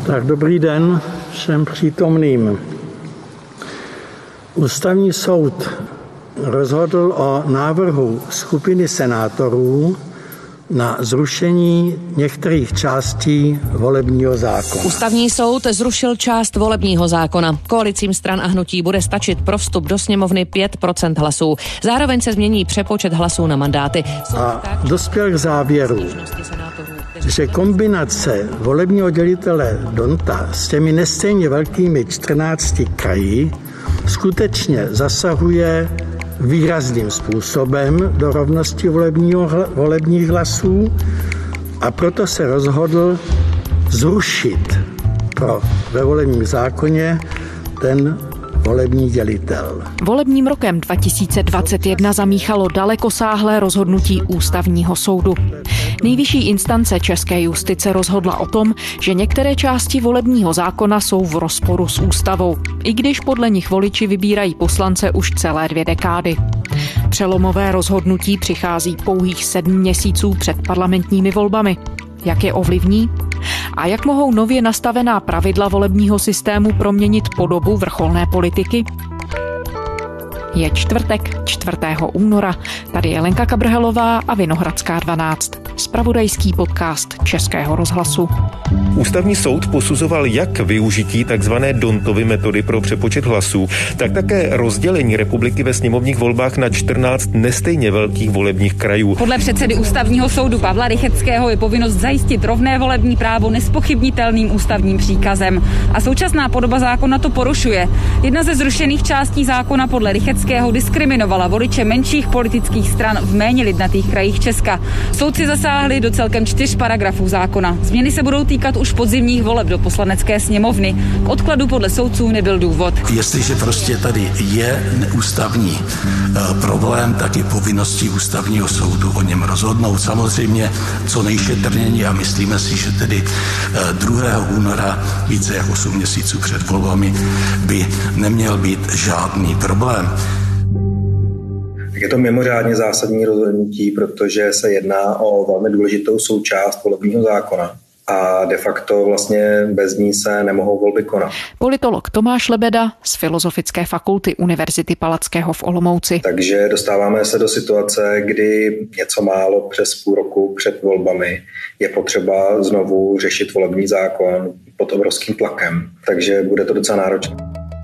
Tak dobrý den všem přítomným. Ústavní soud rozhodl o návrhu skupiny senátorů na zrušení některých částí volebního zákona. Ústavní soud zrušil část volebního zákona. Koalicím stran a hnutí bude stačit pro vstup do sněmovny 5% hlasů. Zároveň se změní přepočet hlasů na mandáty. A dospěl k závěru, že kombinace volebního dělitele Donta s těmi nestejně velkými 14 kraji skutečně zasahuje výrazným způsobem do rovnosti volebních hlasů a proto se rozhodl zrušit ve volebním zákoně ten volební dělitel. Volebním rokem 2021 zamíchalo dalekosáhlé rozhodnutí Ústavního soudu. Nejvyšší instance české justice rozhodla o tom, že některé části volebního zákona jsou v rozporu s ústavou, i když podle nich voliči vybírají poslance už celé 2 dekády. Přelomové rozhodnutí přichází pouhých 7 měsíců před parlamentními volbami. Jak je ovlivní? A jak mohou nově nastavená pravidla volebního systému proměnit podobu vrcholné politiky? Je čtvrtek, 4. února. Tady je Lenka Kabrhelová a Vinohradská 12. Zpravodajský podcast Českého rozhlasu. Ústavní soud posuzoval jak využití tzv. Dontovy metody pro přepočet hlasů, tak také rozdělení republiky ve sněmovních volbách na 14 nestejně velkých volebních krajů. Podle předsedy Ústavního soudu Pavla Rychetského je povinnost zajistit rovné volební právo nespochybnitelným ústavním příkazem. A současná podoba zákona to porušuje. Jedna ze zrušených částí zákona podle Rychetského diskriminovala voliče menších politických stran v méně lidnatých krajích Česka. Soudci zasáhli do celkem 4 paragrafů zákona. Změny se budou týkat už podzimních voleb do Poslanecké sněmovny. K odkladu podle soudců nebyl důvod. Jestliže prostě tady je neústavní problém, tak je povinností Ústavního soudu o něm rozhodnout. Samozřejmě co nejšetrněji a myslíme si, že tedy 2. února, více jak 8 měsíců před volbami, by neměl být žádný problém. Je to mimořádně zásadní rozhodnutí, protože se jedná o velmi důležitou součást volebního zákona. A de facto vlastně bez ní se nemohou volby konat. Politolog Tomáš Lebeda z Filozofické fakulty Univerzity Palackého v Olomouci. Takže dostáváme se do situace, kdy něco málo přes půl roku před volbami je potřeba znovu řešit volební zákon pod obrovským tlakem. Takže bude to docela náročné.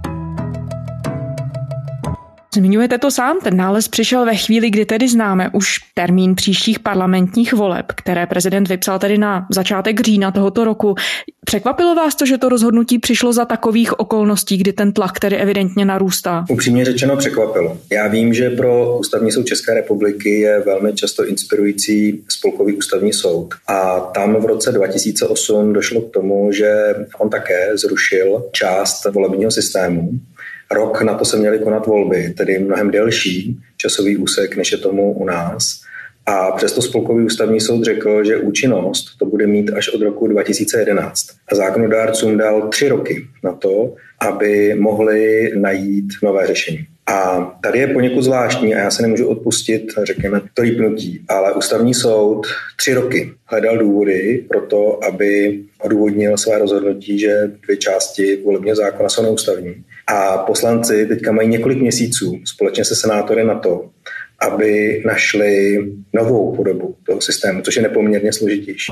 Zmiňujete to sám, ten nález přišel ve chvíli, kdy tedy známe už termín příštích parlamentních voleb, které prezident vypsal tedy na začátek října tohoto roku. Překvapilo vás to, že to rozhodnutí přišlo za takových okolností, kdy ten tlak tedy evidentně narůstá? Upřímně řečeno překvapilo. Já vím, že pro Ústavní soud České republiky je velmi často inspirující Spolkový ústavní soud. A tam v roce 2008 došlo k tomu, že on také zrušil část volebního systému. Rok na to se měly konat volby, tedy mnohem delší časový úsek, než je tomu u nás. A přesto Spolkový ústavní soud řekl, že účinnost to bude mít až od roku 2011. A zákonodárcům dal 3 roky na to, aby mohli najít nové řešení. A tady je poněkud zvláštní a já se nemůžu odpustit, řekněme, to lípnutí, ale ústavní soud 3 roky hledal důvody pro to, aby odůvodnil své rozhodnutí, že 2 části volebního zákona jsou neústavní. A poslanci teďka mají několik měsíců společně se senátory na to, aby našli novou podobu toho systému, což je nepoměrně složitější.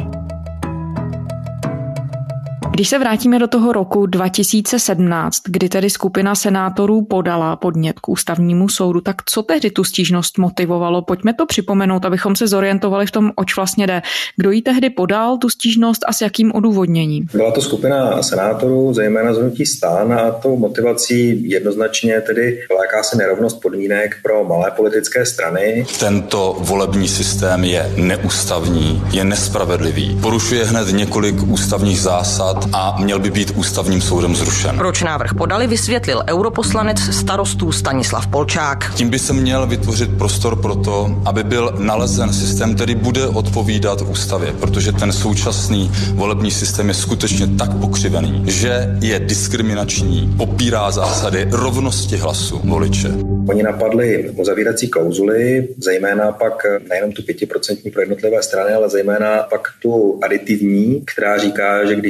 Když se vrátíme do toho roku 2017, kdy tedy skupina senátorů podala podnět k Ústavnímu soudu, tak co tehdy tu stížnost motivovalo? Pojďme to připomenout, abychom se zorientovali v tom, oč vlastně jde. Kdo ji tehdy podal, tu stížnost, a s jakým odůvodněním? Byla to skupina senátorů, zejména z hnutí STAN, a tou motivací jednoznačně tedy byla jakási nerovnost podmínek pro malé politické strany. Tento volební systém je neústavní, je nespravedlivý, porušuje hned několik ústavních zásad a měl by být Ústavním soudem zrušen. Proč návrh podali, vysvětlil europoslanec Starostů Stanislav Polčák. Tím by se měl vytvořit prostor pro to, aby byl nalezen systém, který bude odpovídat ústavě, protože ten současný volební systém je skutečně tak pokřivený, že je diskriminační, popírá zásady rovnosti hlasu voliče. Oni napadli uzavírací klauzuly, zejména pak nejenom tu 5% pro jednotlivé strany, ale zejména pak tu aditivní, která říká, že když se strany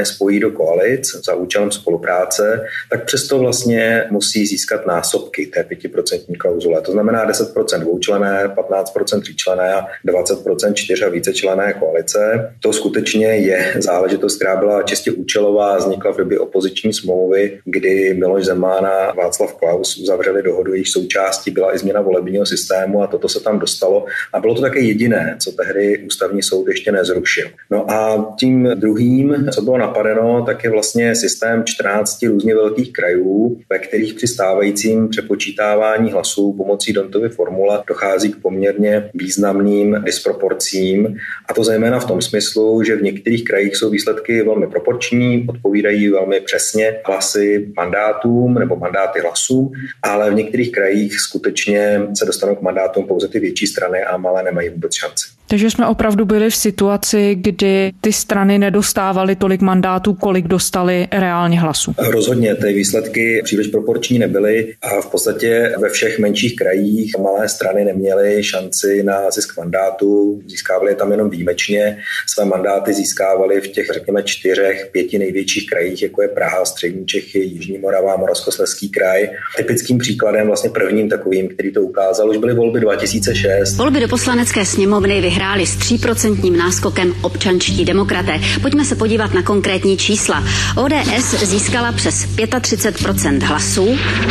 strany spojí do koalic za účelem spolupráce, tak přesto vlastně musí získat násobky té 5% klauzule. To znamená 10% dvoučlenné, 15% tříčlenné a 20% čtyř a vícečlenné koalice. To skutečně je záležitost, která byla čistě účelová, vznikla v době opoziční smlouvy, kdy Miloš Zeman a Václav Klaus uzavřeli dohodu, jejíž součástí byla i změna volebního systému a toto se tam dostalo. A bylo to také jediné, co tehdy ústavní soud ještě nezrušil. No a tím druhým, co bylo napadeno, tak je vlastně systém 14 různě velkých krajů, ve kterých při stávajícím přepočítávání hlasů pomocí D'Hondtovy formule dochází k poměrně významným disproporcím. A to zejména v tom smyslu, že v některých krajích jsou výsledky velmi proporční, odpovídají velmi přesně hlasy mandátům nebo mandáty hlasům, ale v některých krajích skutečně se dostanou k mandátům pouze ty větší strany a malé nemají vůbec šanci. Takže jsme opravdu byli v situaci, kdy ty strany nedostávaly tolik mandátů, kolik dostali reálně hlasů. Rozhodně ty výsledky příliš proporční nebyly a v podstatě ve všech menších krajích malé strany neměly šanci na zisk mandátů, získávaly tam jenom výjimečně. Své mandáty získávaly v těch, řekněme, 4-5 největších krajích, jako je Praha, Střední Čechy, Jižní Morava, Moravskoslezský kraj. Typickým příkladem, vlastně prvním takovým, který to ukázal, už byly volby 2006. Volby do Poslanecké sněmovny vyhráli s 3% náskokem občanští demokraté. Pojďme se podívat na konkrétní čísla. ODS získala přes 35% hlasů,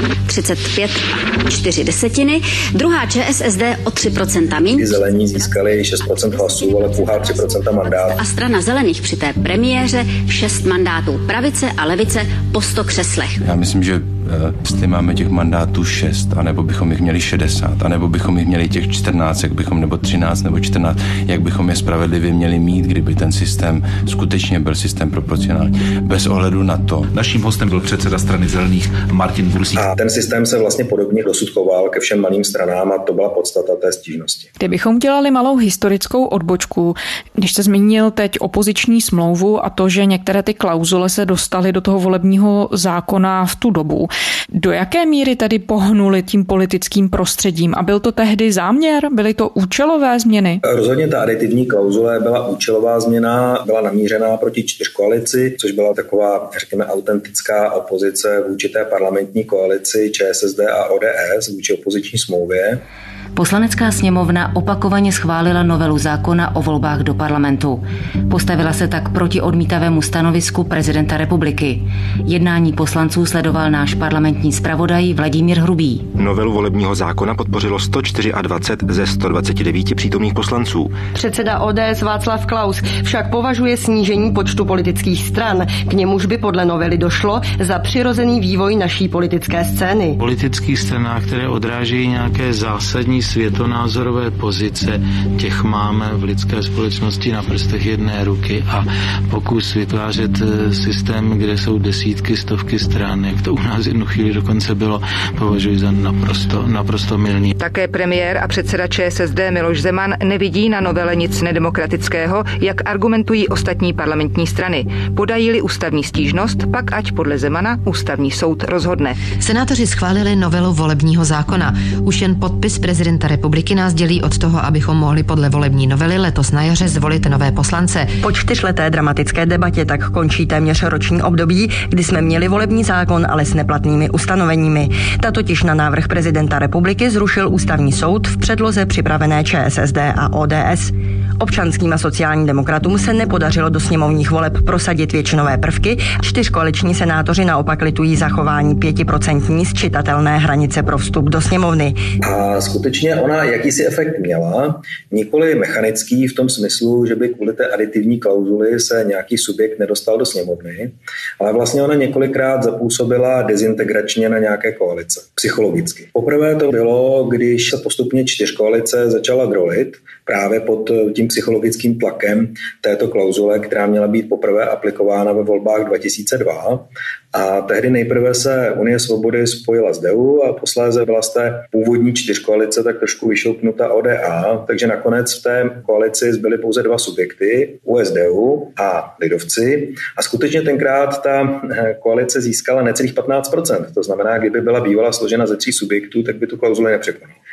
35,4. Druhá ČSSD o 3% míň. Zelení získali 6% hlasů, ale pouhá 3% mandátů. A strana zelených při té premiéře 6 mandátů. Pravice a levice po 100 křeslech. Já myslím, že jestli máme těch mandátů 6, anebo bychom jich měli 60, anebo bychom jich měli těch 14, jak bychom, nebo 13 nebo 14, jak bychom je spravedlivě měli mít, kdyby ten systém skutečně byl systém proporcionální. Bez ohledu na to. Naším hostem byl předseda strany zelených Martin Bursík. A ten systém se vlastně podobně dosud choval ke všem malým stranám a to byla podstata té stížnosti. Kdybychom dělali malou historickou odbočku, když se zmínil teď opoziční smlouvu a to, že některé ty klauzule se dostaly do toho volebního zákona v tu dobu, do jaké míry tedy pohnuli tím politickým prostředím? A byl to tehdy záměr? Byly to účelové změny? Rozhodně ta aditivní klauzule byla účelová změna, byla namířená proti čtyřkoalici, což byla taková, řekněme, autentická opozice vůči té parlamentní koalici ČSSD a ODS vůči opoziční smlouvě. Poslanecká sněmovna opakovaně schválila novelu zákona o volbách do parlamentu. Postavila se tak proti odmítavému stanovisku prezidenta republiky. Jednání poslanců sledoval náš parlamentní zpravodaj Vladimír Hrubý. Novelu volebního zákona podpořilo 124 ze 129 přítomných poslanců. Předseda ODS Václav Klaus však považuje snížení počtu politických stran, k němuž by podle novely došlo, za přirozený vývoj naší politické scény. Politických stranách, které odrážejí nějaké zásadní světonázorové pozice, těch máme v lidské společnosti na prstech jedné ruky a pokus vytvářet systém, kde jsou desítky, stovky stran, jak to u nás jednu chvíli dokonce bylo, považuji za naprosto mylný. Také premiér a předseda ČSSD Miloš Zeman nevidí na novele nic nedemokratického, jak argumentují ostatní parlamentní strany. Podají-li ústavní stížnost, pak ať podle Zemana ústavní soud rozhodne. Senátoři schválili novelu volebního zákona. Už jen podpis prezidenta republiky nás dělí od toho, abychom mohli podle volební novely letos na jaře zvolit nové poslance. Po 4leté dramatické debatě tak končí téměř roční období, kdy jsme měli volební zákon, ale s neplatnými ustanoveními. Ta totiž na návrh prezidenta republiky zrušil ústavní soud v předloze připravené ČSSD a ODS. Občanským a sociálním demokratům se nepodařilo do sněmovních voleb prosadit většinové prvky, 4 koaliční senátoři naopak litují zachování 5% sčitatelné hranice pro vstup do sněmovny. A skutečně ona jakýsi efekt měla, nikoli mechanický v tom smyslu, že by kvůli té aditivní klauzuli se nějaký subjekt nedostal do sněmovny, ale vlastně ona několikrát zapůsobila dezintegračně na nějaké koalice, psychologicky. Poprvé to bylo, když se postupně 4 koalice začala drolit právě pod tím psychologickým tlakem této klauzule, která měla být poprvé aplikována ve volbách 2002. A tehdy nejprve se Unie svobody spojila s DEU a posléze byla z té původní 4koalice tak trošku vyšoupnuta ODA, takže nakonec v té koalici zbyly pouze 2 subjekty, USDU a lidovci. A skutečně tenkrát ta koalice získala necelých 15%. To znamená, kdyby byla bývala složena ze 3 subjektů, tak by tu klauzuli nepřekonala.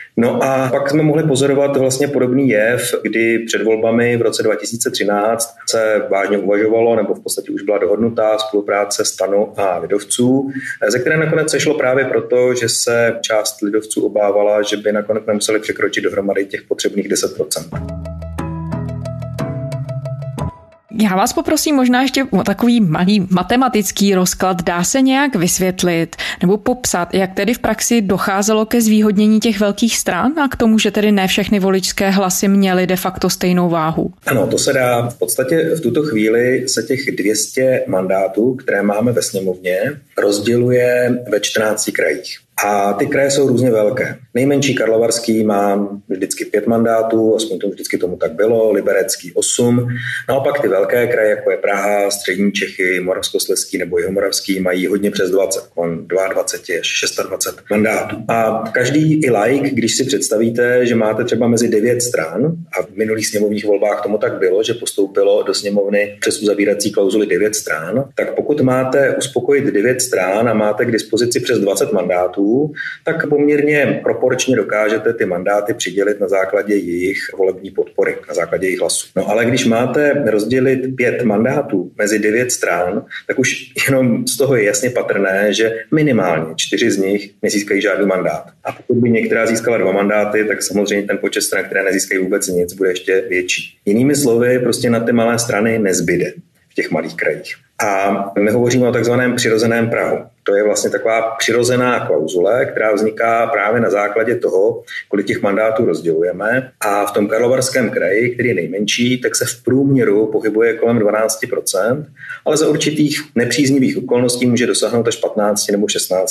No a pak jsme mohli pozorovat vlastně podobný jev, kdy před volbami v roce 2013 se vážně uvažovalo, nebo v podstatě už byla dohodnutá spolupráce STANu a lidovců, ze které nakonec sešlo právě proto, že se část lidovců obávala, že by nakonec nemuseli překročit dohromady těch potřebných 10%. Já vás poprosím možná ještě o takový malý matematický rozklad. Dá se nějak vysvětlit nebo popsat, jak tedy v praxi docházelo ke zvýhodnění těch velkých stran a k tomu, že tedy ne všechny voličské hlasy měly de facto stejnou váhu? Ano, to se dá. V podstatě v tuto chvíli se těch 200 mandátů, které máme ve sněmovně, rozděluje ve 14 krajích. A ty kraje jsou různě velké. Nejmenší Karlovarský má vždycky 5 mandátů, aspoň to vždycky tomu tak bylo, Liberecký 8. Naopak ty velké kraje, jako je Praha, Střední Čechy, Moravskoslezský nebo Jihomoravský, mají hodně přes 20, kolem 22 až 26 mandátů. A každý i laik, když si představíte, že máte třeba mezi 9 stran, a v minulých sněmovních volbách tomu tak bylo, že postoupilo do sněmovny přes uzavírací klauzuli 9 stran, tak pokud máte uspokojit 9 stran a máte k dispozici přes 20 mandátů, tak poměrně proporčně dokážete ty mandáty přidělit na základě jejich volební podpory, na základě jejich hlasů. No ale když máte rozdělit 5 mandátů mezi 9 stran, tak už jenom z toho je jasně patrné, že minimálně 4 z nich nezískají žádný mandát. A pokud by některá získala 2 mandáty, tak samozřejmě ten počet stran, které nezískají vůbec nic, bude ještě větší. Jinými slovy, prostě na ty malé strany nezbyde v těch malých krajích. A my hovoříme o takzvaném přirozeném prahu. To je vlastně taková přirozená klauzule, která vzniká právě na základě toho, kolik těch mandátů rozdělujeme. A v tom Karlovarském kraji, který je nejmenší, tak se v průměru pohybuje kolem 12%, ale za určitých nepříznivých okolností může dosáhnout až 15 nebo 16%.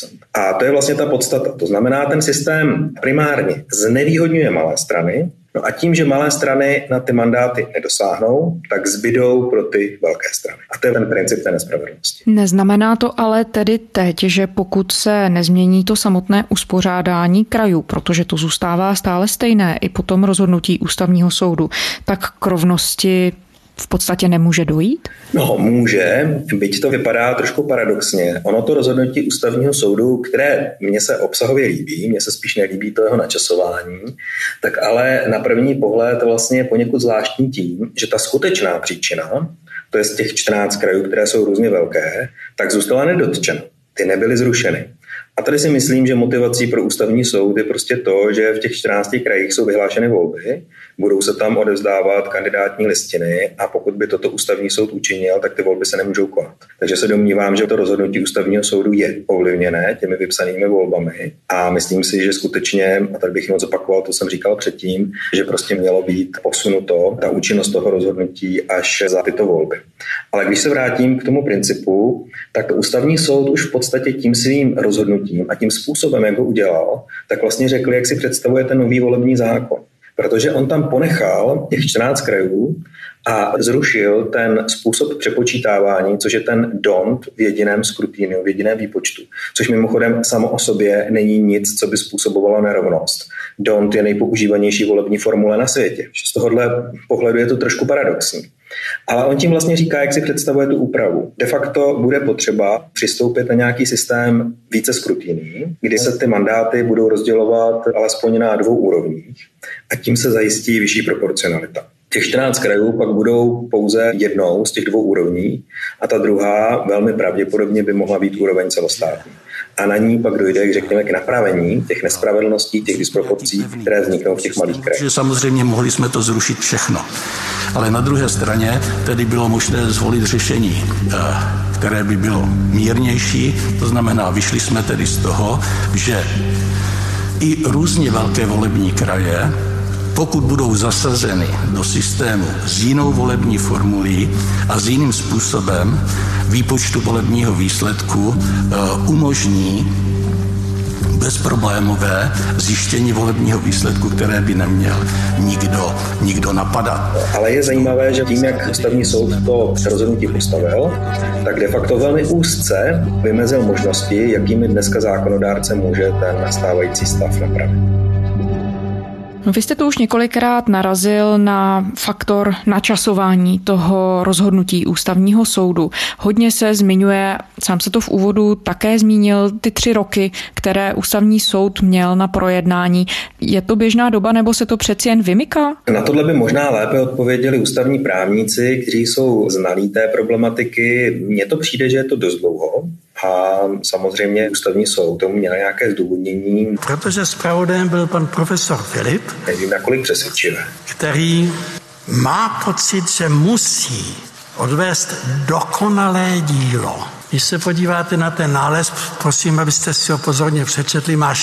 A to je vlastně ta podstata. To znamená, ten systém primárně znevýhodňuje malé strany, no a tím, že malé strany na ty mandáty nedosáhnou, tak zbydou pro ty velké strany. A to je ten princip té nespravedlnosti. Neznamená to ale tedy teď, že pokud se nezmění to samotné uspořádání krajů, protože to zůstává stále stejné i po tom rozhodnutí Ústavního soudu, tak k rovnosti v podstatě nemůže dojít? No, může, byť to vypadá trošku paradoxně. Ono to rozhodnutí Ústavního soudu, které mně se obsahově líbí, mně se spíš nelíbí to jeho načasování, tak ale na první pohled vlastně je poněkud zvláštní tím, že ta skutečná příčina, to je z těch 14 krajů, které jsou různě velké, tak zůstala nedotčena. Ty nebyly zrušeny. A tady si myslím, že motivací pro Ústavní soud je prostě to, že v těch 14 krajích jsou vyhlášeny volby, budou se tam odevzdávat kandidátní listiny a pokud by toto Ústavní soud učinil, tak ty volby se nemůžou konat. Takže se domnívám, že to rozhodnutí Ústavního soudu je ovlivněné těmi vypsanými volbami a myslím si, že skutečně, a tady bych jenom zopakoval, to jsem říkal předtím, že prostě mělo být posunuto ta účinnost toho rozhodnutí až za tyto volby. Ale když se vrátím k tomu principu, tak Ústavní soud už v podstatě tím svým rozhodnutím a tím způsobem, jak ho udělal, tak vlastně řekl, jak si představuje ten nový volební zákon. Protože on tam ponechal těch 14 krajů a zrušil ten způsob přepočítávání, což je ten DONT v jediném skrutínu, v jediném výpočtu. Což mimochodem samo o sobě není nic, co by způsobovalo nerovnost. DONT je nejpoužívanější volební formule na světě. Z tohohle pohledu je to trošku paradoxní. Ale on tím vlastně říká, jak si představuje tu úpravu. De facto bude potřeba přistoupit na nějaký systém více skrutíní, kdy se ty mandáty budou rozdělovat alespoň na 2 úrovních a tím se zajistí vyšší proporcionalita. Těch 14 krajů pak budou pouze jednou z těch 2 úrovní a ta druhá velmi pravděpodobně by mohla být úroveň celostátní. A na ní pak dojde, řekněme, k napravení těch nespravedlností, těch disproporcí, které vzniknou v těch malých krajích. Samozřejmě mohli jsme to zrušit všechno. Ale na druhé straně tedy bylo možné zvolit řešení, které by bylo mírnější. To znamená, vyšli jsme tedy z toho, že i různě velké volební kraje, pokud budou zasazeny do systému s jinou volební formulí a s jiným způsobem výpočtu volebního výsledku, umožní bezproblémové zjištění volebního výsledku, které by neměl nikdo napadat. Ale je zajímavé, že tím, jak Ústavní soud to rozhodnutí postavil, tak de facto velmi úzce vymezil možnosti, jakými dneska zákonodárce může ten nastávající stav napravit. Vy jste tu už několikrát narazil na faktor načasování toho rozhodnutí ústavního soudu. Hodně se zmiňuje, sám se to v úvodu také zmínil, ty 3 roky, které ústavní soud měl na projednání. Je to běžná doba, nebo se to přeci jen vymyká? Na tohle by možná lépe odpověděli ústavní právníci, kteří jsou znalí té problematiky. Mně to přijde, že je to dost dlouho. A samozřejmě ústavní soud tomu měl nějaké zdůvodnění. Protože zpravodajem byl pan profesor Filip. Nevím, nakolik přesvědčivé. Který má pocit, že musí odvést dokonalé dílo. Když se podíváte na ten nález, prosím, abyste si ho pozorně přečetli, má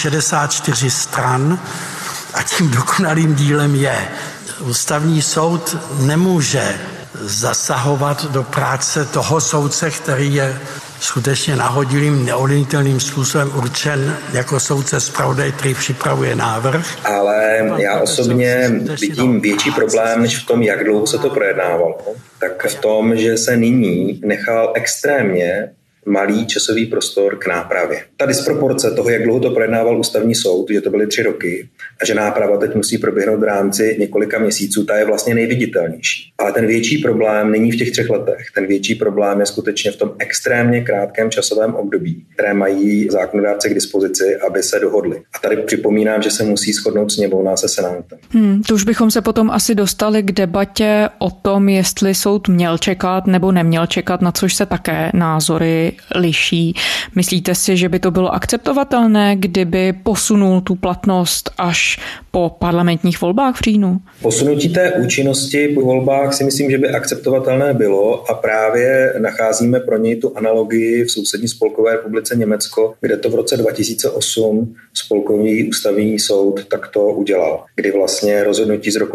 64 stran a tím dokonalým dílem je. Ústavní soud nemůže zasahovat do práce toho soudce, který je skutečně nahodilým, neodměnitelným způsobem určen jako soudce zpravodaj, který připravuje návrh. Ale já osobně vidím větší problém, než v tom, jak dlouho se to projednávalo. Tak v tom, že se nyní nechal extrémně malý časový prostor k nápravě. Ta disproporce toho, jak dlouho to projednával ústavní soud, že to byly 3 roky a že náprava teď musí proběhnout v rámci několika měsíců, ta je vlastně nejviditelnější. Ale ten větší problém není v těch 3 letech. Ten větší problém je skutečně v tom extrémně krátkém časovém období, které mají zákonodárci k dispozici, aby se dohodli. A tady připomínám, že se musí shodnout sněmovna se senátem. To už bychom se potom asi dostali k debatě o tom, jestli soud měl čekat nebo neměl čekat, na což se také názory liší. Myslíte si, že by to bylo akceptovatelné, kdyby posunul tu platnost až po parlamentních volbách v říjnu? Posunutí té účinnosti po volbách si myslím, že by akceptovatelné bylo a právě nacházíme pro něj tu analogii v sousední spolkové republice Německo, kde to v roce 2008 spolkový ústavní soud takto udělal, kdy vlastně rozhodnutí z roku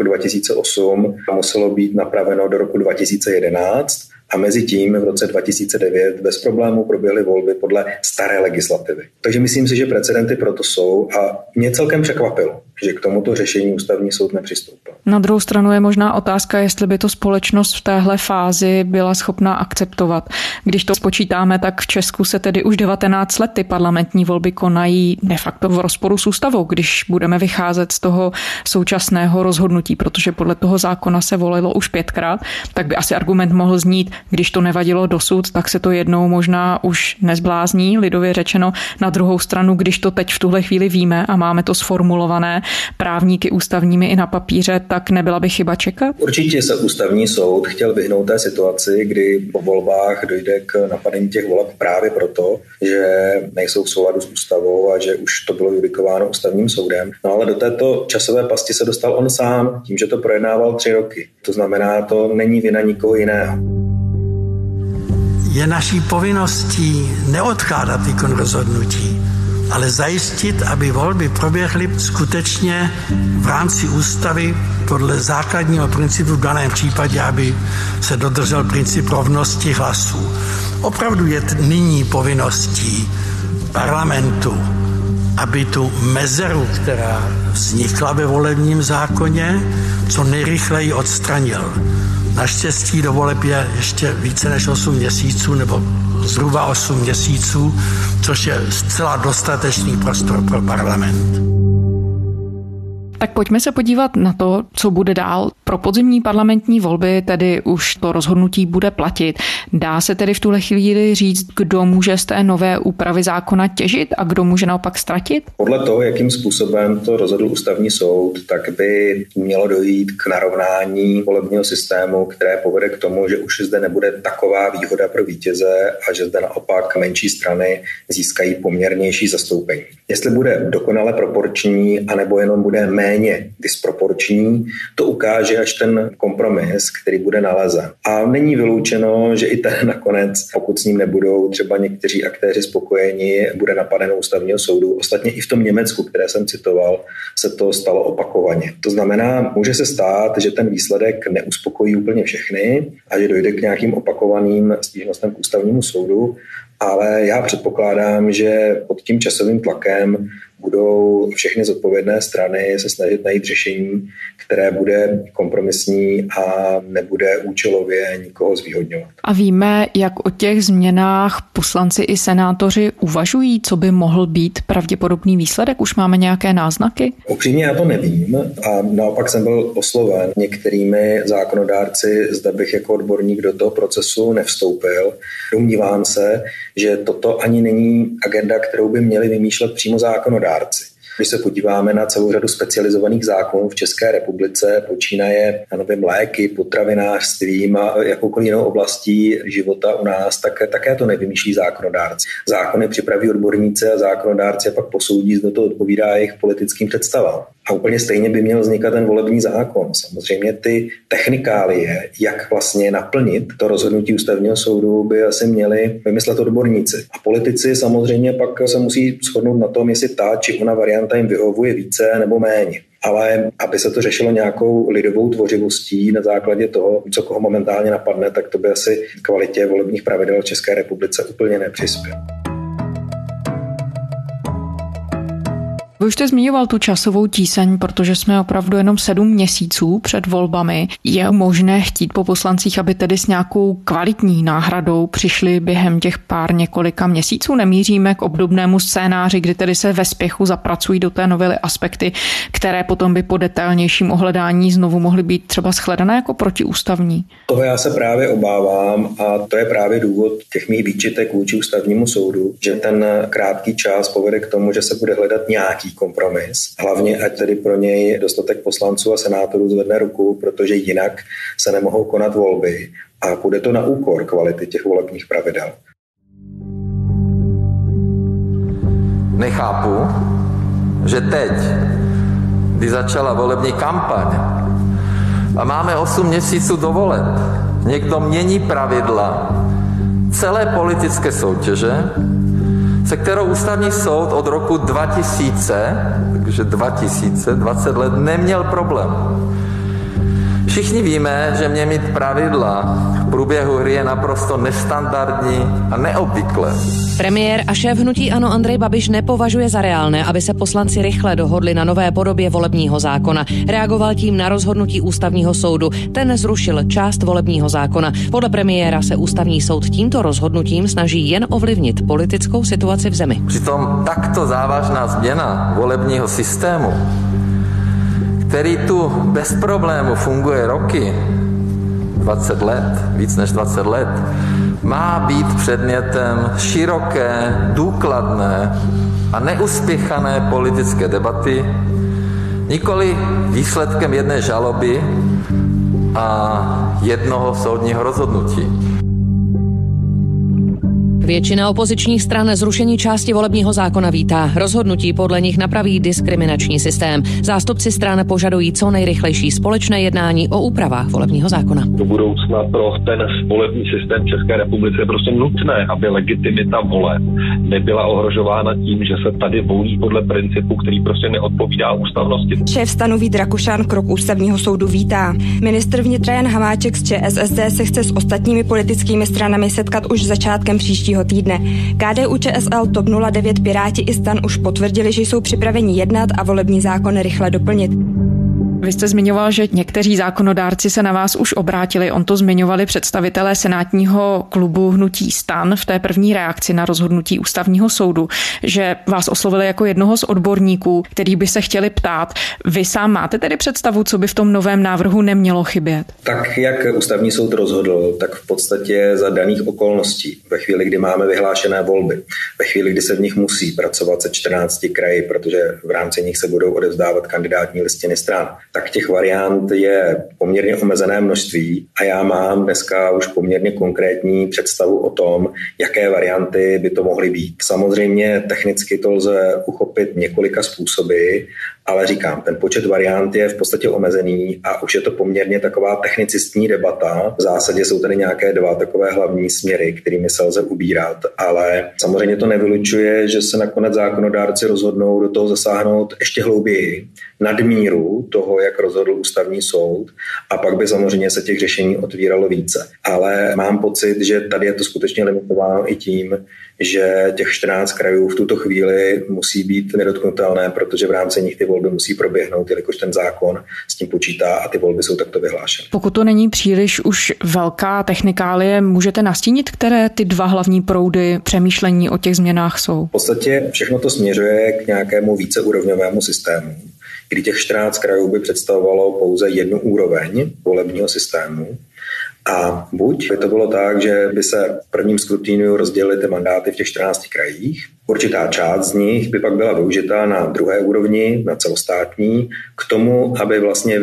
2008 muselo být napraveno do roku 2011 a mezi tím v roce 2009 bez problémů proběhly volby podle staré legislativy. Takže myslím si, že precedenty proto jsou a mě celkem překvapilo, že k tomuto řešení ústavní soud nepřistoupil. Na druhou stranu je možná otázka, jestli by to společnost v téhle fázi byla schopná akceptovat. Když to spočítáme, tak v Česku se tedy už 19 let ty parlamentní volby konají de facto v rozporu s ústavou, když budeme vycházet z toho současného rozhodnutí, protože podle toho zákona se volilo už 5krát, tak by asi argument mohl znít, když to nevadilo dosud, tak se to jednou možná už nezblázní, lidově řečeno. Na druhou stranu, když to teď v tuhle chvíli víme a máme to sformulované právníky ústavními i na papíře, tak nebyla by chyba čekat? Určitě se ústavní soud chtěl vyhnout té situaci, kdy po volbách dojde k napadení těch voleb právě proto, že nejsou v souladu s ústavou a že už to bylo judikováno ústavním soudem. No ale do této časové pasti se dostal on sám, tím, že to projednával 3 roky. To znamená, to není vina nikoho jiného. Je naší povinností neodkládat výkon rozhodnutí, ale zajistit, aby volby proběhly skutečně v rámci ústavy podle základního principu, v daném případě, aby se dodržel princip rovnosti hlasů. Opravdu je nyní povinností parlamentu, aby tu mezeru, která vznikla ve volebním zákoně, co nejrychleji odstranil. Naštěstí do voleb je ještě více než 8 měsíců, nebo zhruba 8 měsíců, což je zcela dostatečný prostor pro parlament. Tak pojďme se podívat na to, co bude dál. Pro podzimní parlamentní volby tedy už to rozhodnutí bude platit. Dá se tedy v tuhle chvíli říct, kdo může z té nové úpravy zákona těžit a kdo může naopak ztratit? Podle toho, jakým způsobem to rozhodl ústavní soud, tak by mělo dojít k narovnání volebního systému, které povede k tomu, že už zde nebude taková výhoda pro vítěze a že zde naopak menší strany získají poměrnější zastoupení. Jestli bude dokonale proporční, anebo jenom bude méně disproporční, to ukáže až ten kompromis, který bude nalezen. A není vyloučeno, že i ten nakonec, pokud s ním nebudou třeba někteří aktéři spokojeni, bude napaden u ústavního soudu. Ostatně i v tom Německu, které jsem citoval, se to stalo opakovaně. To znamená, může se stát, že ten výsledek neuspokojí úplně všechny a že dojde k nějakým opakovaným stížnostem k ústavnímu soudu, ale já předpokládám, že pod tím časovým tlakem budou všechny zodpovědné strany se snažit najít řešení, které bude kompromisní a nebude účelově nikoho zvýhodňovat. A víme, jak o těch změnách poslanci i senátoři uvažují, co by mohl být pravděpodobný výsledek? Už máme nějaké náznaky? Upřímně já to nevím a naopak jsem byl osloven některými zákonodárci, zda bych jako odborník do toho procesu nevstoupil. Domnívám se, že toto ani není agenda, kterou by měli vymýšlet přímo zákonodárci. Když se podíváme na celou řadu specializovaných zákonů v České republice, počínaje léky, potravinářstvím a jakoukoliv jinou oblastí života u nás, tak také to nevymýšlí zákonodárci. Zákony připraví odborníci a zákonodárci a pak posoudí, zda to odpovídá jejich politickým představám. A úplně stejně by měl vznikat ten volební zákon. Samozřejmě ty technikálie, jak vlastně naplnit to rozhodnutí ústavního soudu, by asi měli vymyslet odborníci. A politici samozřejmě pak se musí shodnout na tom, jestli ta či ona varianta jim vyhovuje více nebo méně. Ale aby se to řešilo nějakou lidovou tvořivostí na základě toho, co koho momentálně napadne, tak to by asi kvalitě volebních pravidel v České republice úplně nepřispělo. Vy už jste zmiňoval tu časovou tíseň, protože jsme opravdu jenom 7 měsíců před volbami. Je možné chtít po poslancích, aby tedy s nějakou kvalitní náhradou přišli během těch několika měsíců? Nemíříme k obdobnému scénáři, kdy tedy se ve spěchu zapracují do té novely aspekty, které potom by po detailnějším ohledání znovu mohly být třeba shledané jako protiústavní? Toho já se právě obávám a to je právě důvod těch mých výčitek vůči ústavnímu soudu, že ten krátký čas povede k tomu, že se bude hledat nějaký kompromis. Hlavně, ať tedy pro něj dostatek poslanců a senátorů zvedne ruku, protože jinak se nemohou konat volby a půjde to na úkor kvality těch volebních pravidel. Nechápu, že teď, kdy začala volební kampaň a máme 8 měsíců do voleb, někdo mění pravidla celé politické soutěže, se kterou ústavní soud od roku 2000, takže 20 let, neměl problém. Všichni víme, že mě mít pravidla v průběhu hry je naprosto nestandardní a neobvyklé. Premiér a šéf hnutí ANO Andrej Babiš nepovažuje za reálné, aby se poslanci rychle dohodli na nové podobě volebního zákona. Reagoval tím na rozhodnutí ústavního soudu. Ten zrušil část volebního zákona. Podle premiéra se ústavní soud tímto rozhodnutím snaží jen ovlivnit politickou situaci v zemi. Přitom takto závažná změna volebního systému, který tu bez problému funguje roky, 20 let, víc než 20 let, má být předmětem široké, důkladné a neuspěchané politické debaty, nikoli výsledkem jedné žaloby a jednoho soudního rozhodnutí. Většina opozičních stran zrušení části volebního zákona vítá. Rozhodnutí podle nich napraví diskriminační systém. Zástupci stran požadují co nejrychlejší společné jednání o úpravách volebního zákona. Do budoucna pro ten volební systém České republice je prostě nutné, aby legitimita voleb nebyla ohrožována tím, že se tady volí podle principu, který prostě neodpovídá ústavnosti. Šéf STANu Vít Rakušan krok ústavního soudu vítá. Ministr vnitra Jan Hamáček z ČSSD se chce s ostatními politickými stranami setkat už začátkem příštího týdne. KDU-ČSL, TOP 09, Piráti i STAN už potvrdili, že jsou připraveni jednat a volební zákon rychle doplnit. Vy jste zmiňoval, že někteří zákonodárci se na vás už obrátili. On to zmiňovali představitelé senátního klubu hnutí STAN v té první reakci na rozhodnutí ústavního soudu, že vás oslovili jako jednoho z odborníků, který by se chtěli ptát. Vy sám máte tedy představu, co by v tom novém návrhu nemělo chybět? Tak jak ústavní soud rozhodl, tak v podstatě za daných okolností, ve chvíli, kdy máme vyhlášené volby, ve chvíli, kdy se v nich musí pracovat se 14 kraji, protože v rámci nich se budou odevzdávat kandidátní listiny stran, tak těch variant je poměrně omezené množství a já mám dneska už poměrně konkrétní představu o tom, jaké varianty by to mohly být. Samozřejmě technicky to lze uchopit několika způsoby, ale říkám, ten počet variant je v podstatě omezený a už je to poměrně taková technicistní debata. V zásadě jsou tady nějaké 2 takové hlavní směry, kterými se lze ubírat, ale samozřejmě to nevylučuje, že se nakonec zákonodárci rozhodnou do toho zasáhnout ještě hlouběji, nadmíru toho, jak rozhodl ústavní soud, a pak by samozřejmě se těch řešení otvíralo více. Ale mám pocit, že tady je to skutečně limitováno i tím, že těch 14 krajů v tuto chvíli musí být nedotknutelné, protože v rámci nich ty volby musí proběhnout, jelikož ten zákon s tím počítá a ty volby jsou takto vyhlášeny. Pokud to není příliš už velká technikálie, můžete nastínit, které ty dva hlavní proudy přemýšlení o těch změnách jsou? V podstatě všechno to směřuje k nějakému víceúrovňovému systému, kdy těch 14 krajů by představovalo pouze jednu úroveň volebního systému. A buď by to bylo tak, že by se v prvním skrutíniu rozdělily ty mandáty v těch 14 krajích. Určitá část z nich by pak byla využita na druhé úrovni, na celostátní, k tomu, aby vlastně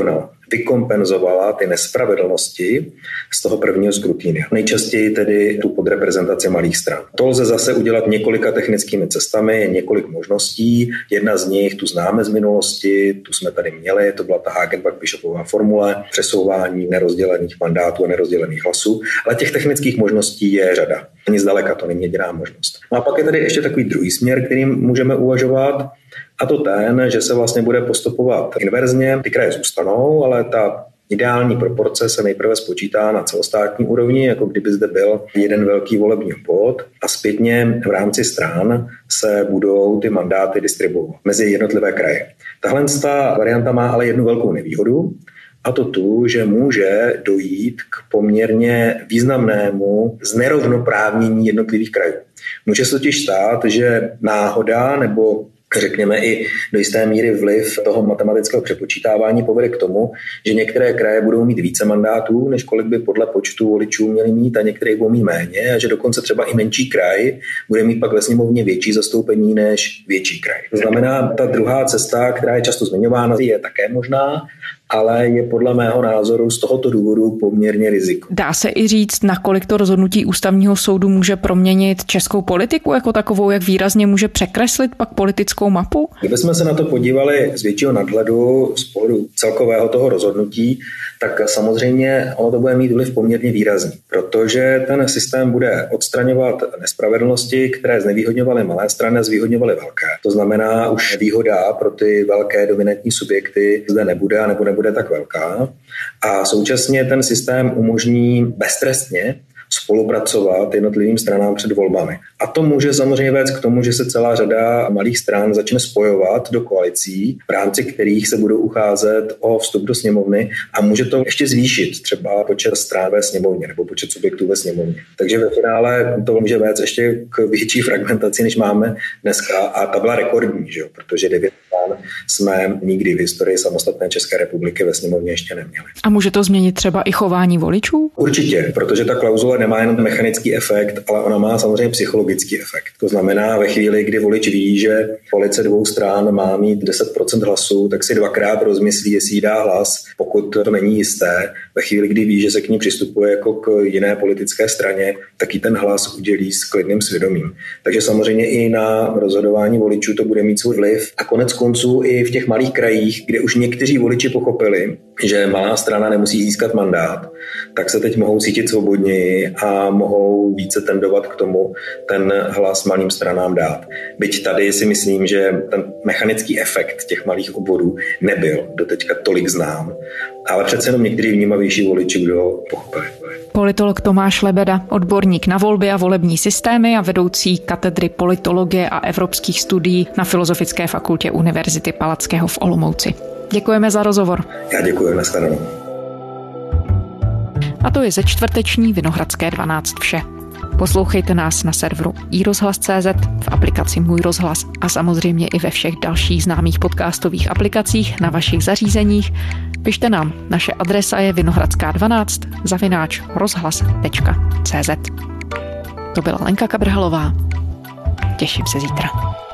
vykompenzovala ty nespravedlnosti z toho prvního skrutínia. Nejčastěji tedy tu podreprezentaci malých stran. To lze zase udělat několika technickými cestami, je několik možností. Jedna z nich, tu známe z minulosti, tu jsme tady měli, to byla ta Hagenbach-Bischopová formule, přesouvání nerozdělených mandátů a nerozdělených hlasů, ale těch technických možností je řada. Ani zdaleka to není jediná možnost. No a pak je tady ještě takový druhý směr, kterým můžeme uvažovat, a to ten, že se vlastně bude postupovat inverzně. Ty kraje zůstanou, ale ta ideální proporce se nejprve spočítá na celostátní úrovni, jako kdyby zde byl jeden velký volební obvod a zpětně v rámci stran se budou ty mandáty distribuovat mezi jednotlivé kraje. Tahle varianta má ale jednu velkou nevýhodu, a to tu, že může dojít k poměrně významnému znerovnoprávnění jednotlivých krajů. Může se totiž stát, že náhoda nebo řekněme i do jisté míry vliv toho matematického přepočítávání povede k tomu, že některé kraje budou mít více mandátů, než kolik by podle počtu voličů měli mít a některé budou mít méně a že dokonce třeba i menší kraj bude mít pak ve sněmovně větší zastoupení než větší kraj. To znamená, ta druhá cesta, která je často zmiňována, je také možná, ale je podle mého názoru z tohoto důvodu poměrně riziko. Dá se i říct, nakolik to rozhodnutí ústavního soudu může proměnit českou politiku jako takovou, jak výrazně může překreslit pak politickou mapu? Kdybychom se na to podívali z většího nadhledu, z pohledu celkového toho rozhodnutí, tak samozřejmě ono to bude mít vliv poměrně výrazný, protože ten systém bude odstraňovat nespravedlnosti, které znevýhodňovaly malé strany a zvýhodňovaly velké. To znamená, už výhoda pro ty velké dominantní subjekty zde nebude a nebo nebude tak velká. A současně ten systém umožní beztrestně spolupracovat jednotlivým stranám před volbami. A to může samozřejmě vést k tomu, že se celá řada malých stran začne spojovat do koalicí, v rámci kterých se budou ucházet o vstup do sněmovny a může to ještě zvýšit třeba počet stran ve sněmovně nebo počet subjektů ve sněmovně. Takže ve finále to může vést ještě k větší fragmentaci, než máme dneska a ta byla rekordní, že? Protože 9 stran jsme nikdy v historii samostatné České republiky ve sněmovně ještě neměli. A může to změnit třeba i chování voličů? Určitě, protože ta klauzule nemá jenom mechanický efekt, ale ona má samozřejmě psychologický efekt. To znamená, ve chvíli, kdy volič ví, že koalice dvou stran má mít 10% hlasů, tak si dvakrát rozmyslí, jestli jí dá hlas, pokud to není jisté. Ve chvíli, kdy ví, že se k ní přistupuje jako k jiné politické straně, tak jí ten hlas udělí s klidným svědomím. Takže samozřejmě i na rozhodování voličů to bude mít svůj vliv. A konec konců i v těch malých krajích, kde už někteří voliči pochopili, že malá strana nemusí získat mandát, tak se teď mohou cítit svobodněji a mohou více tendovat k tomu ten hlas malým stranám dát. Byť tady si myslím, že ten mechanický efekt těch malých obvodů nebyl doteďka tolik znám, ale přece jenom někteří vnímavější voliči, kdo ho pochopili. Politolog Tomáš Lebeda, odborník na volby a volební systémy a vedoucí katedry politologie a evropských studií na Filozofické fakultě Univerzity Palackého v Olomouci. Děkujeme za rozhovor. Já děkuji, nashledanou. A to je ze čtvrteční Vinohradské 12 vše. Poslouchejte nás na serveru iRozhlas.cz, v aplikaci Můj rozhlas a samozřejmě i ve všech dalších známých podcastových aplikacích na vašich zařízeních. Pište nám, naše adresa je vinohradská12@rozhlas.cz. To byla Lenka Kabrhalová. Těším se zítra.